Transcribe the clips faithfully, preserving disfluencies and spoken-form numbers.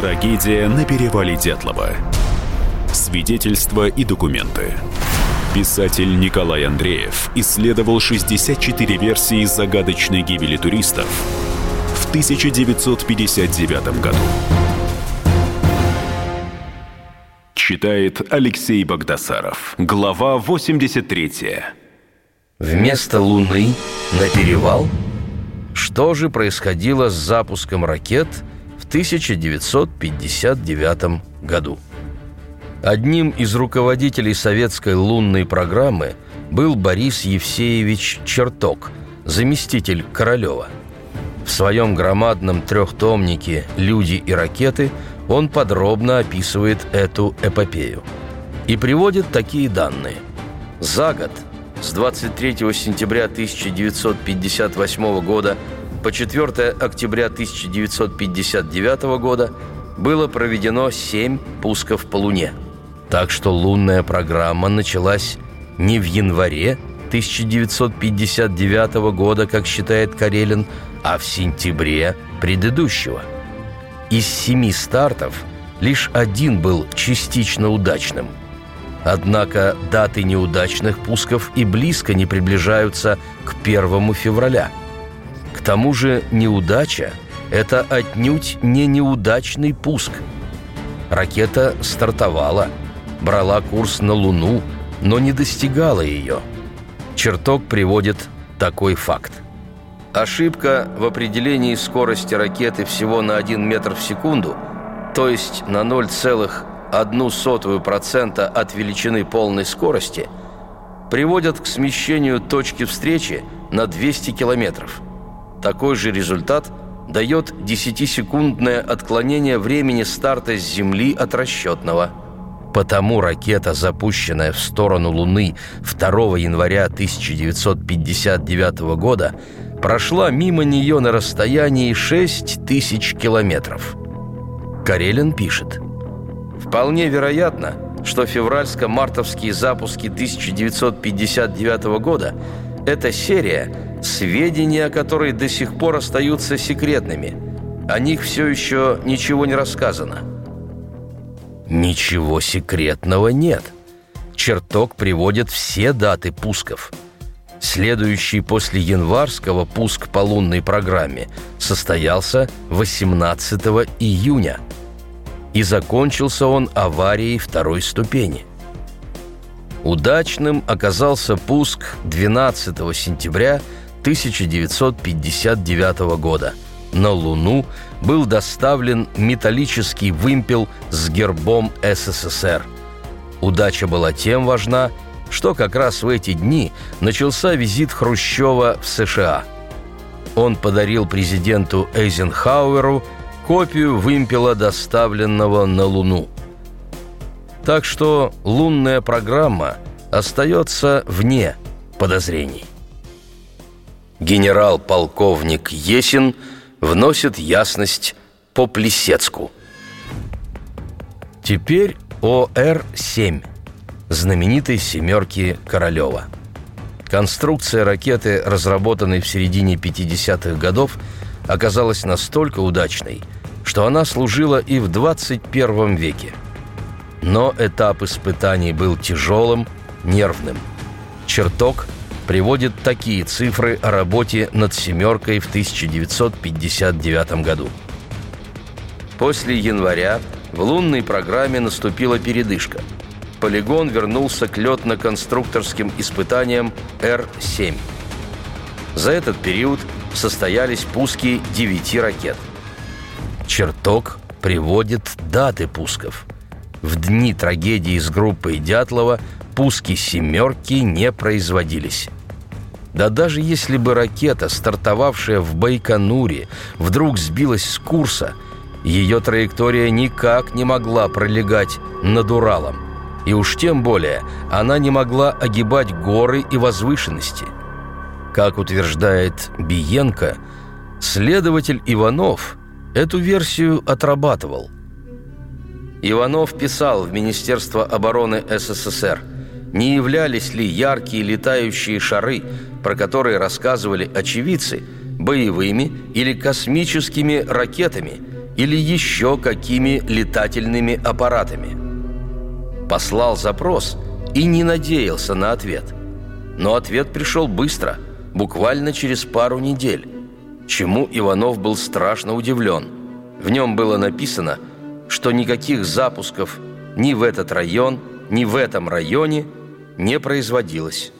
Трагедия на перевале Дятлова. Свидетельства и документы. Писатель Николай Андреев исследовал шестьдесят четыре версии загадочной гибели туристов в тысяча девятьсот пятьдесят девятом году. Читает Алексей Багдасаров. Глава восемьдесят третья. Вместо Луны на перевал? Что же происходило с запуском ракет в тысяча девятьсот пятьдесят девятом году? Одним из руководителей советской лунной программы был Борис Евсеевич Черток, заместитель Королева. В своем громадном трехтомнике «Люди и ракеты» он подробно описывает эту эпопею и приводит такие данные. За год, с двадцать третьего сентября тысяча девятьсот пятьдесят восьмого года по четвёртого октября тысяча девятьсот пятьдесят девятого года было проведено семь пусков по Луне. Так что лунная программа началась не в январе тысяча девятьсот пятьдесят девятого года, как считает Карелин, а в сентябре предыдущего. Из семи стартов лишь один был частично удачным. Однако даты неудачных пусков и близко не приближаются к первому февраля. К тому же неудача – это отнюдь не неудачный пуск. Ракета стартовала, брала курс на Луну, но не достигала ее. Черток приводит такой факт. Ошибка в определении скорости ракеты всего на один метр в секунду, то есть на ноль целых одну сотую процента от величины полной скорости, приводят к смещению точки встречи на двести километров. Такой же результат дает десятисекундное отклонение времени старта с Земли от расчетного. Потому ракета, запущенная в сторону Луны второго января тысяча девятьсот пятьдесят девятого года, прошла мимо нее на расстоянии шесть тысяч километров. Карелин пишет: «Вполне вероятно, что февральско-мартовские запуски тысяча девятьсот пятьдесят девятого года – это серия, сведения о которой до сих пор остаются секретными. О них все еще ничего не рассказано». Ничего секретного нет. Черток приводит все даты пусков. Следующий после январского пуск по лунной программе состоялся восемнадцатого июня. И закончился он аварией второй ступени. Удачным оказался пуск двенадцатого сентября тысяча девятьсот пятьдесят девятого года. На Луну был доставлен металлический вымпел с гербом СССР. Удача была тем важна, что как раз в эти дни начался визит Хрущева в США. Он подарил президенту Эйзенхауэру копию вымпела, доставленного на Луну. Так что лунная программа остается вне подозрений. Генерал-полковник Есин вносит ясность по Плесецку. Теперь о Эр семь, знаменитой «семерки» Королева. Конструкция ракеты, разработанной в середине пятидесятых годов, оказалась настолько удачной, что она служила и в двадцать первом веке. Но этап испытаний был тяжелым, нервным. Черток приводит такие цифры о работе над «семеркой» в тысяча девятьсот пятьдесят девятом году. После января в лунной программе наступила передышка. Полигон вернулся к летно-конструкторским испытаниям Эр семь. За этот период состоялись пуски девяти ракет. Черток приводит даты пусков. В дни трагедии с группой Дятлова пуски «семерки» не производились. Да даже если бы ракета, стартовавшая в Байконуре, вдруг сбилась с курса, ее траектория никак не могла пролегать над Уралом. И уж тем более она не могла огибать горы и возвышенности. Как утверждает Биенко, следователь Иванов эту версию отрабатывал. Иванов писал в Министерство обороны СССР, не являлись ли яркие летающие шары, про которые рассказывали очевидцы, боевыми или космическими ракетами, или еще какими летательными аппаратами. Послал запрос и не надеялся на ответ. Но ответ пришел быстро, буквально через пару недель, чему Иванов был страшно удивлен. В нем было написано, что никаких запусков ни в этот район, ни в этом районе не производилось.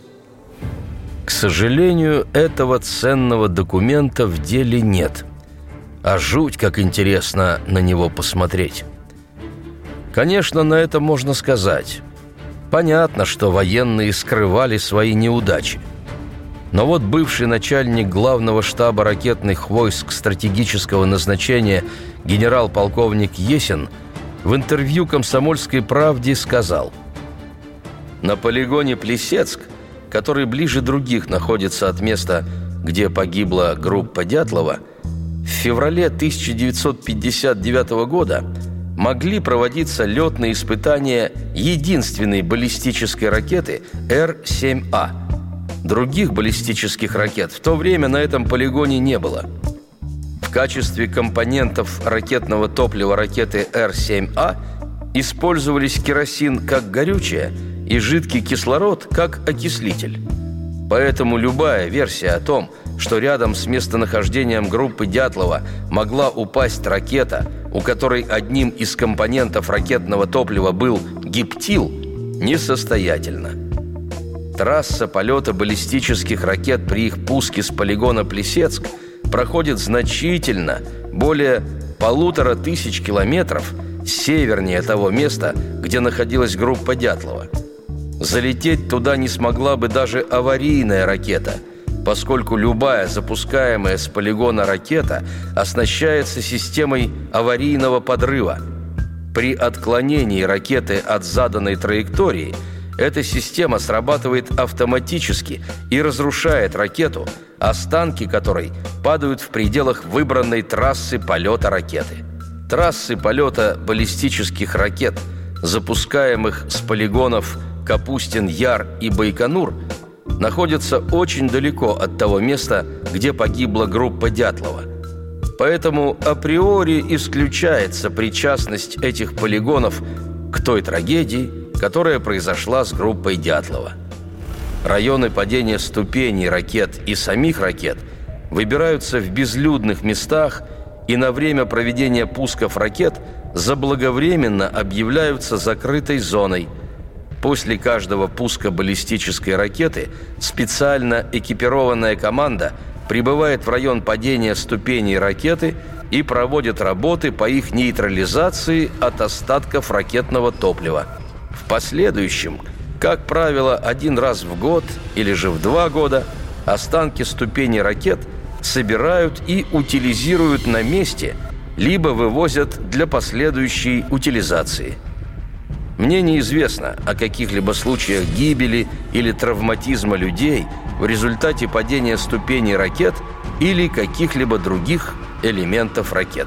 К сожалению, этого ценного документа в деле нет. А жуть, как интересно на него посмотреть. Конечно, на это можно сказать. Понятно, что военные скрывали свои неудачи. Но вот бывший начальник главного штаба ракетных войск стратегического назначения генерал-полковник Есин в интервью «Комсомольской правде» сказал: «На полигоне Плесецк, который ближе других находится от места, где погибла группа Дятлова, в феврале тысяча девятьсот пятьдесят девятого года могли проводиться летные испытания единственной баллистической ракеты Эр семь А. Других баллистических ракет в то время на этом полигоне не было. В качестве компонентов ракетного топлива ракеты Эр семь А использовались керосин как горючее и жидкий кислород как окислитель. Поэтому любая версия о том, что рядом с местонахождением группы Дятлова могла упасть ракета, у которой одним из компонентов ракетного топлива был гептил, несостоятельна. Трасса полета баллистических ракет при их пуске с полигона Плесецк проходит значительно более полутора тысяч километров севернее того места, где находилась группа Дятлова. Залететь туда не смогла бы даже аварийная ракета, поскольку любая запускаемая с полигона ракета оснащается системой аварийного подрыва. При отклонении ракеты от заданной траектории эта система срабатывает автоматически и разрушает ракету, останки которой падают в пределах выбранной трассы полета ракеты. Трассы полета баллистических ракет, запускаемых с полигонов Капустин-Яр и Байконур, находятся очень далеко от того места, где погибла группа Дятлова. Поэтому априори исключается причастность этих полигонов к той трагедии, которая произошла с группой Дятлова. Районы падения ступеней ракет и самих ракет выбираются в безлюдных местах и на время проведения пусков ракет заблаговременно объявляются закрытой зоной. После каждого пуска баллистической ракеты специально экипированная команда прибывает в район падения ступеней ракеты и проводит работы по их нейтрализации от остатков ракетного топлива. В последующем, как правило, один раз в год или же в два года останки ступеней ракет собирают и утилизируют на месте, либо вывозят для последующей утилизации. Мне неизвестно о каких-либо случаях гибели или травматизма людей в результате падения ступеней ракет или каких-либо других элементов ракет.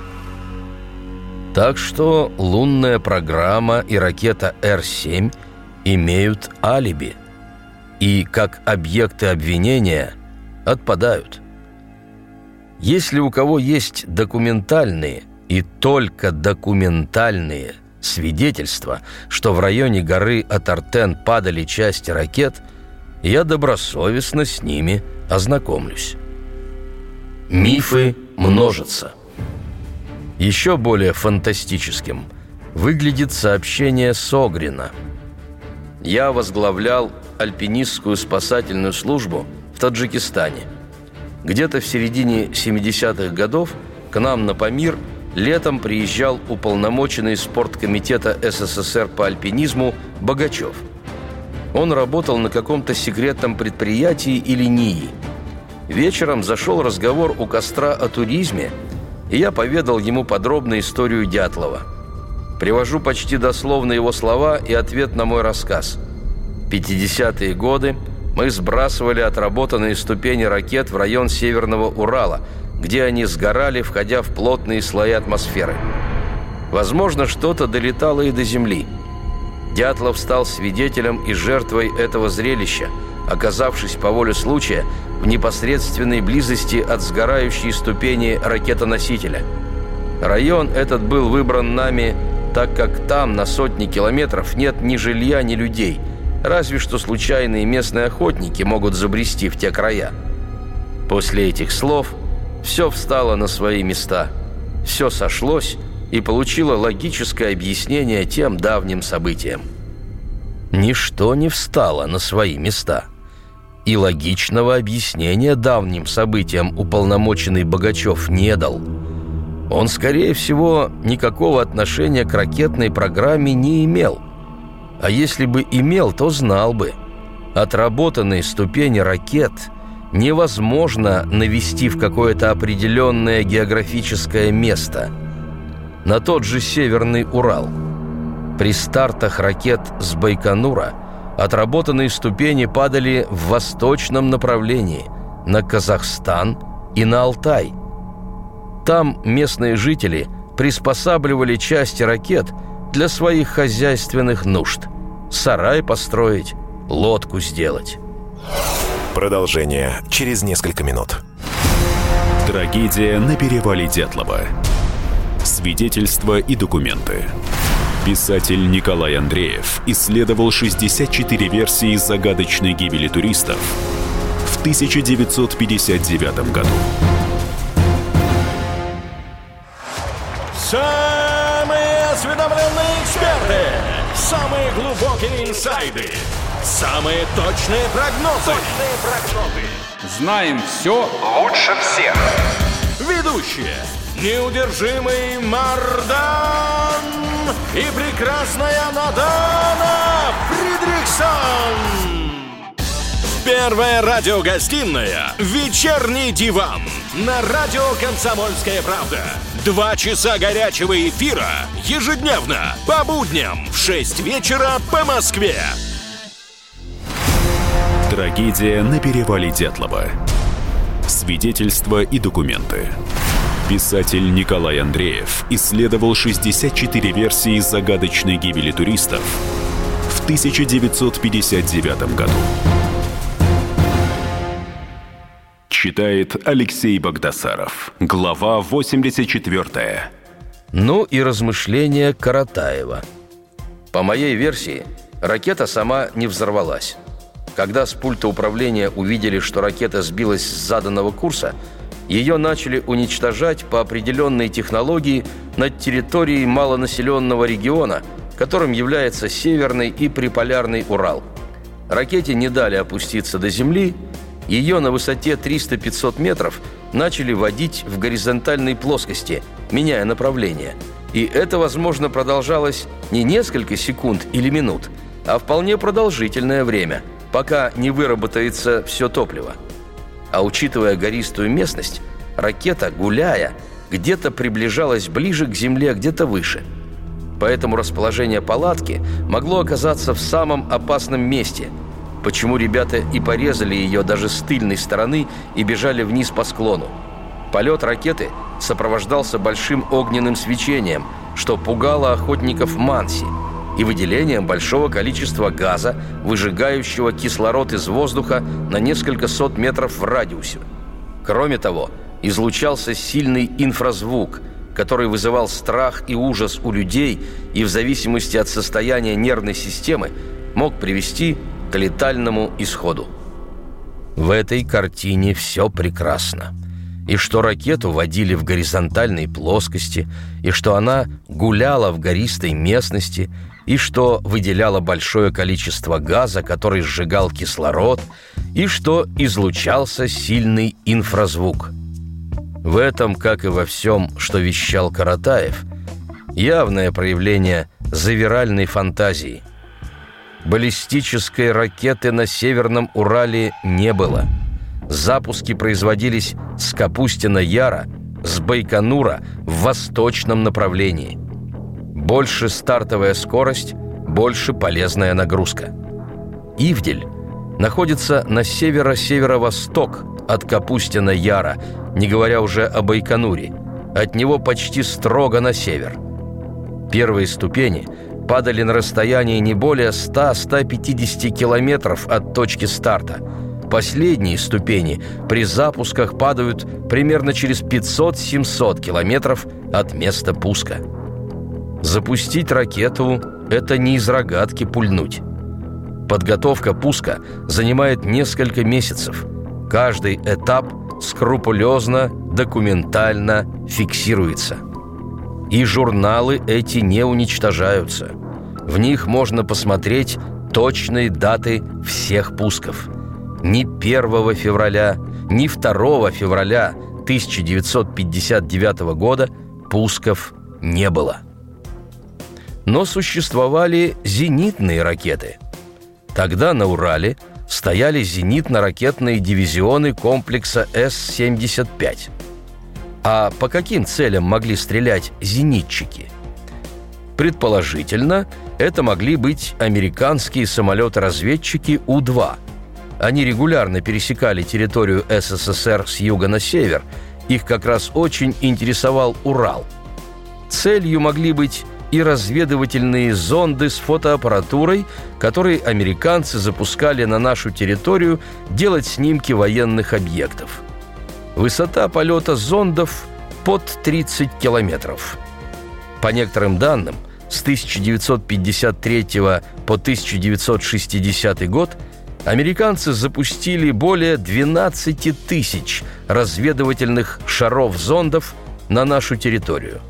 Так что лунная программа и ракета Эр семь имеют алиби и, как объекты обвинения, отпадают. Если у кого есть документальные и только документальные свидетельства, что в районе горы Атартен падали части ракет, я добросовестно с ними ознакомлюсь. Мифы множатся. Еще более фантастическим выглядит сообщение Согрина. Я возглавлял альпинистскую спасательную службу в Таджикистане. Где-то в середине семидесятых годов к нам на Памир летом приезжал уполномоченный спорткомитета Эс Эс Эс Эр по альпинизму Богачев. Он работал на каком-то секретном предприятии или НИИ. Вечером зашел разговор у костра о туризме, и я поведал ему подробно историю Дятлова. Привожу почти дословно его слова и ответ на мой рассказ. В пятидесятые годы мы сбрасывали отработанные ступени ракет в район Северного Урала, где они сгорали, входя в плотные слои атмосферы. Возможно, что-то долетало и до Земли. Дятлов стал свидетелем и жертвой этого зрелища, оказавшись по воле случая в непосредственной близости от сгорающей ступени ракетоносителя. Район этот был выбран нами, так как там на сотни километров нет ни жилья, ни людей, разве что случайные местные охотники могут забрести в те края. После этих слов все встало на свои места, все сошлось и получило логическое объяснение тем давним событиям. Ничто не встало на свои места. И логичного объяснения давним событиям уполномоченный Богачев не дал. Он, скорее всего, никакого отношения к ракетной программе не имел. А если бы имел, то знал бы. Отработанные ступени ракет невозможно навести в какое-то определенное географическое место. На тот же Северный Урал. При стартах ракет с Байконура отработанные ступени падали в восточном направлении, на Казахстан и на Алтай. Там местные жители приспосабливали части ракет для своих хозяйственных нужд. Сарай построить, лодку сделать. Продолжение через несколько минут. Трагедия на перевале Дятлова. Свидетельства и документы. Писатель Николай Андреев исследовал шестьдесят четыре версии загадочной гибели туристов в тысяча девятьсот пятьдесят девятом году. Самые осведомленные эксперты, самые глубокие инсайды, самые точные прогнозы. Точные прогнозы. Знаем все лучше всех. Ведущие: неудержимый Мардан и прекрасная Надана Фридрихсон. Первая радиогостинная «Вечерний диван» на радио «Комсомольская правда». Два часа горячего эфира ежедневно по будням в шесть вечера по Москве. Трагедия на перевале Дятлова. Свидетельства и документы. Писатель Николай Андреев исследовал шестьдесят четыре версии загадочной гибели туристов в тысяча девятьсот пятьдесят девятом году. Читает Алексей Багдасаров. Глава восемьдесят четвёртая. Ну и размышления Каратаева. По моей версии, ракета сама не взорвалась. Когда с пульта управления увидели, что ракета сбилась с заданного курса, ее начали уничтожать по определенной технологии над территорией малонаселенного региона, которым является Северный и Приполярный Урал. Ракете не дали опуститься до земли, ее на высоте триста-пятьсот метров начали водить в горизонтальной плоскости, меняя направление. И это, возможно, продолжалось не несколько секунд или минут, а вполне продолжительное время, пока не выработается все топливо. А учитывая гористую местность, ракета, гуляя, где-то приближалась ближе к земле, где-то выше. Поэтому расположение палатки могло оказаться в самом опасном месте, почему ребята и порезали ее даже с тыльной стороны и бежали вниз по склону. Полет ракеты сопровождался большим огненным свечением, что пугало охотников Манси, и выделением большого количества газа, выжигающего кислород из воздуха на несколько сот метров в радиусе. Кроме того, излучался сильный инфразвук, который вызывал страх и ужас у людей и в зависимости от состояния нервной системы мог привести к летальному исходу. В этой картине все прекрасно. И что ракету водили в горизонтальной плоскости, и что она гуляла в гористой местности, и что выделяла большое количество газа, который сжигал кислород, и что излучался сильный инфразвук. В этом, как и во всем, что вещал Каратаев, явное проявление завиральной фантазии. Баллистической ракеты на Северном Урале не было. Запуски производились с Капустина-Яра, с Байконура в восточном направлении. Больше стартовая скорость, больше полезная нагрузка. Ивдель находится на северо-северо-восток от Капустина-Яра, не говоря уже о Байконуре. От него почти строго на север. Первые ступени падали на расстоянии не более ста - ста пятидесяти километров от точки старта. Последние ступени при запусках падают примерно через пятьсот-семьсот километров от места пуска. Запустить ракету – это не из рогатки пульнуть. Подготовка пуска занимает несколько месяцев. Каждый этап скрупулезно, документально фиксируется. И журналы эти не уничтожаются. В них можно посмотреть точные даты всех пусков. Ни первого февраля, ни второго февраля тысяча девятьсот пятьдесят девятого года пусков не было. Но существовали зенитные ракеты. Тогда на Урале стояли зенитно-ракетные дивизионы комплекса эс семьдесят пять. А по каким целям могли стрелять зенитчики? Предположительно, это могли быть американские самолеты-разведчики У два. Они регулярно пересекали территорию эс эс эс эр с юга на север. Их как раз очень интересовал Урал. Целью могли быть и разведывательные зонды с фотоаппаратурой, которые американцы запускали на нашу территорию делать снимки военных объектов. Высота полета зондов под тридцать километров. По некоторым данным, с тысяча девятьсот пятьдесят третьего по тысяча девятьсот шестидесятый год американцы запустили более двенадцать тысяч разведывательных шаров-зондов на нашу территорию.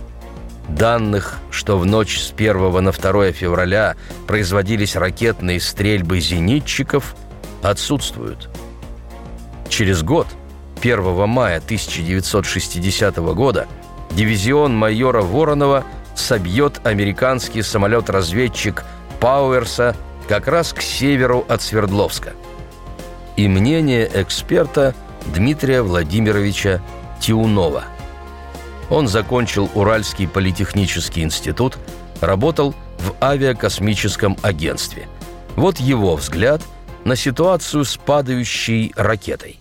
Данных, что в ночь с первого на второе февраля производились ракетные стрельбы зенитчиков, отсутствуют. Через год, первого мая тысяча девятьсот шестидесятого года, дивизион майора Воронова собьет американский самолет-разведчик Пауэрса как раз к северу от Свердловска. И мнение эксперта Дмитрия Владимировича Тиунова. Он закончил Уральский политехнический институт, работал в авиакосмическом агентстве. Вот его взгляд на ситуацию с падающей ракетой.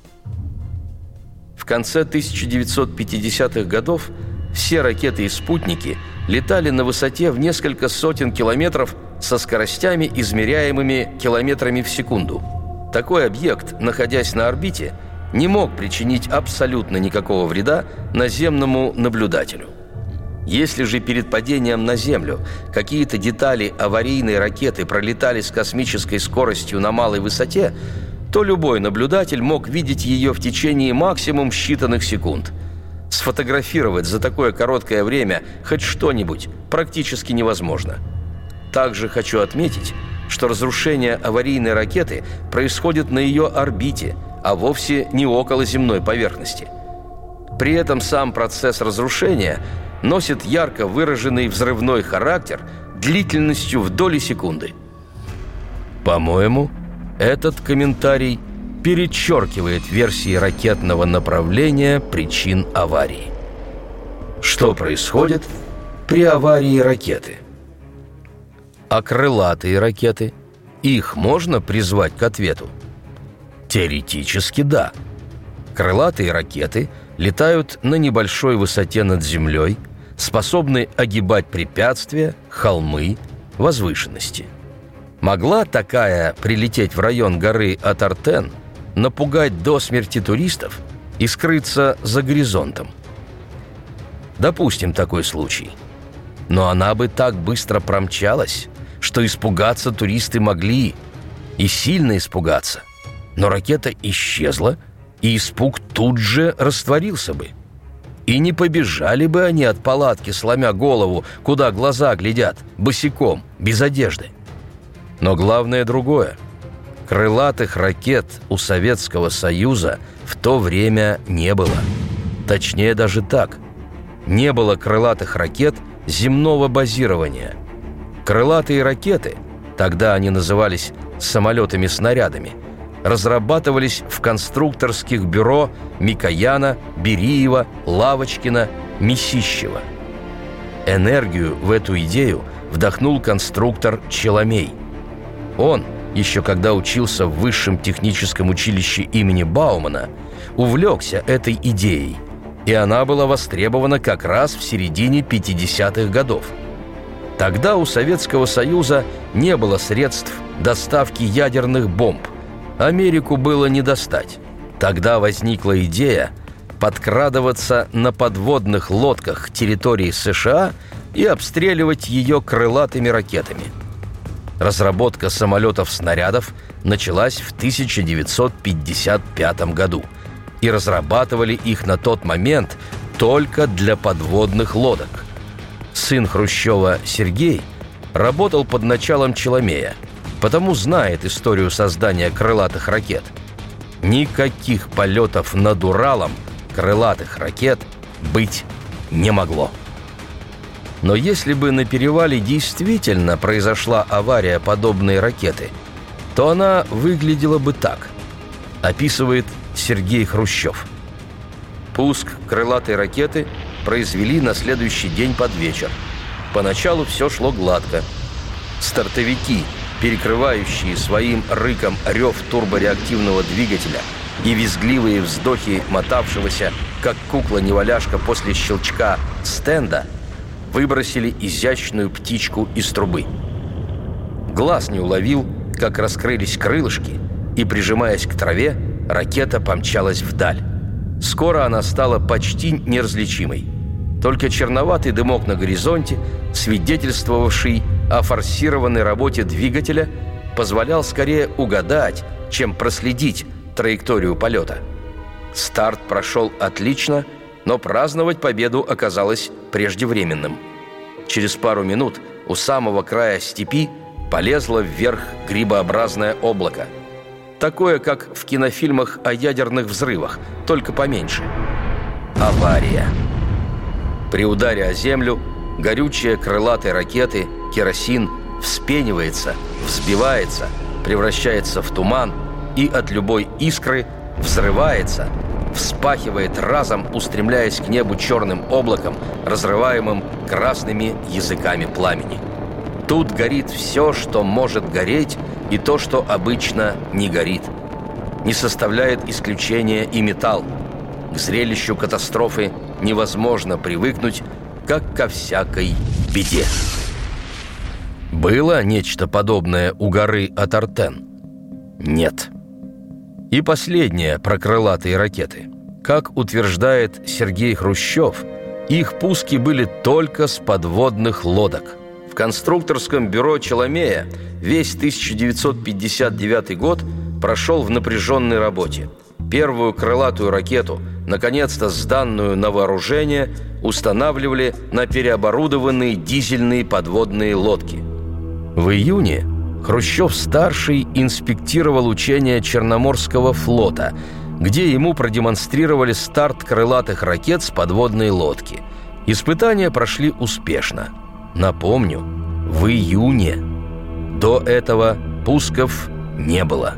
В конце тысяча девятьсот пятидесятых годов все ракеты и спутники летали на высоте в несколько сотен километров со скоростями, измеряемыми километрами в секунду. Такой объект, находясь на орбите, не мог причинить абсолютно никакого вреда наземному наблюдателю. Если же перед падением на Землю какие-то детали аварийной ракеты пролетали с космической скоростью на малой высоте, то любой наблюдатель мог видеть ее в течение максимум считанных секунд. Сфотографировать за такое короткое время хоть что-нибудь практически невозможно. Также хочу отметить, что разрушение аварийной ракеты происходит на ее орбите, а вовсе не около земной поверхности. При этом сам процесс разрушения носит ярко выраженный взрывной характер длительностью в доли секунды. По-моему, этот комментарий перечеркивает версии ракетного направления причин аварии. Что происходит при аварии ракеты? А крылатые ракеты? Их можно призвать к ответу? Теоретически да. Крылатые ракеты летают на небольшой высоте над землей, способны огибать препятствия, холмы, возвышенности. Могла такая прилететь в район горы Атартен, напугать до смерти туристов и скрыться за горизонтом? Допустим такой случай. Но она бы так быстро промчалась, что испугаться туристы могли, и сильно испугаться. Но ракета исчезла, и испуг тут же растворился бы. И не побежали бы они от палатки, сломя голову, куда глаза глядят, босиком, без одежды. Но главное другое. Крылатых ракет у Советского Союза в то время не было. Точнее даже так. Не было крылатых ракет земного базирования. Крылатые ракеты, тогда они назывались самолетами-снарядами, разрабатывались в конструкторских бюро Микояна, Бериева, Лавочкина, Месищева. Энергию в эту идею вдохнул конструктор Челомей. Он, еще когда учился в Высшем техническом училище имени Баумана, увлекся этой идеей, и она была востребована как раз в середине пятидесятых годов. Тогда у Советского Союза не было средств доставки ядерных бомб, Америку было не достать. Тогда возникла идея подкрадываться на подводных лодках к территории США и обстреливать ее крылатыми ракетами. Разработка самолетов-снарядов началась в тысяча девятьсот пятьдесят пятом году, и разрабатывали их на тот момент только для подводных лодок. Сын Хрущева Сергей работал под началом Челомея, потому знает историю создания крылатых ракет. Никаких полетов над Уралом крылатых ракет быть не могло. Но если бы на перевале действительно произошла авария подобной ракеты, то она выглядела бы так. Описывает Сергей Хрущев. Пуск крылатой ракеты произвели на следующий день под вечер. Поначалу все шло гладко. Стартовики, перекрывающие своим рыком рев турбореактивного двигателя и визгливые вздохи мотавшегося, как кукла-неваляшка после щелчка, стенда, выбросили изящную птичку из трубы. Глаз не уловил, как раскрылись крылышки, и, прижимаясь к траве, ракета помчалась вдаль. Скоро она стала почти неразличимой. Только черноватый дымок на горизонте, свидетельствовавший о форсированной работе двигателя, позволял скорее угадать, чем проследить траекторию полета. Старт прошел отлично, но праздновать победу оказалось преждевременным. Через пару минут у самого края степи полезло вверх грибообразное облако. Такое, как в кинофильмах о ядерных взрывах, только поменьше. Авария. При ударе о землю горючее крылатой ракеты, керосин, вспенивается, взбивается, превращается в туман и от любой искры взрывается, вспахивает разом, устремляясь к небу черным облаком, разрываемым красными языками пламени. Тут горит все, что может гореть, и то, что обычно не горит. Не составляет исключения и металл. К зрелищу катастрофы невозможно привыкнуть, как ко всякой беде. Было нечто подобное у горы Атартен? Нет. И последнее про крылатые ракеты. Как утверждает Сергей Хрущев, их пуски были только с подводных лодок. В конструкторском бюро Челомея весь тысяча девятьсот пятьдесят девятый год прошел в напряженной работе. Первую крылатую ракету, наконец-то сданную на вооружение, устанавливали на переоборудованные дизельные подводные лодки. В июне Хрущев-старший инспектировал учения Черноморского флота, где ему продемонстрировали старт крылатых ракет с подводной лодки. Испытания прошли успешно. Напомню, в июне. До этого пусков не было.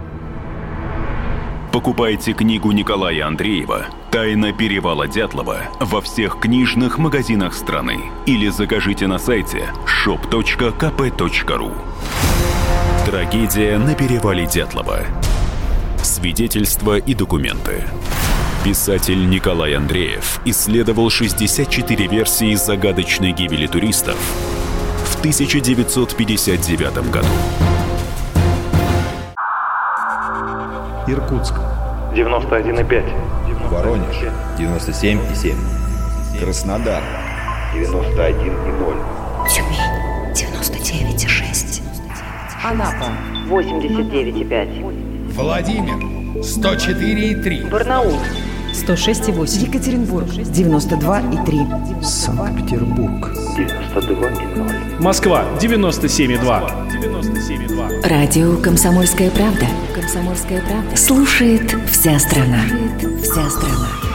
Покупайте книгу Николая Андреева «Тайна перевала Дятлова» во всех книжных магазинах страны или закажите на сайте шоп точка ка пэ точка ру. Трагедия на перевале Дятлова. Свидетельства и документы. Писатель Николай Андреев исследовал шестьдесят четыре версии загадочной гибели туристов в тысяча девятьсот пятьдесят девятом году. Иркутск девяносто один и пять. Воронеж девяносто семь и семь. Краснодар девяносто один и ноль. Тюмень девяносто девять и шесть. Анапа восемьдесят девять и пять. Владимир сто четыре и три. Барнаул сто шесть и восемь. Екатеринбург девяносто два и три. Санкт-Петербург девяносто два и ноль. Москва девяносто семь и два. Радио «Комсомольская правда». «Комсомольская правда». Слушает вся страна. Слушает вся страна.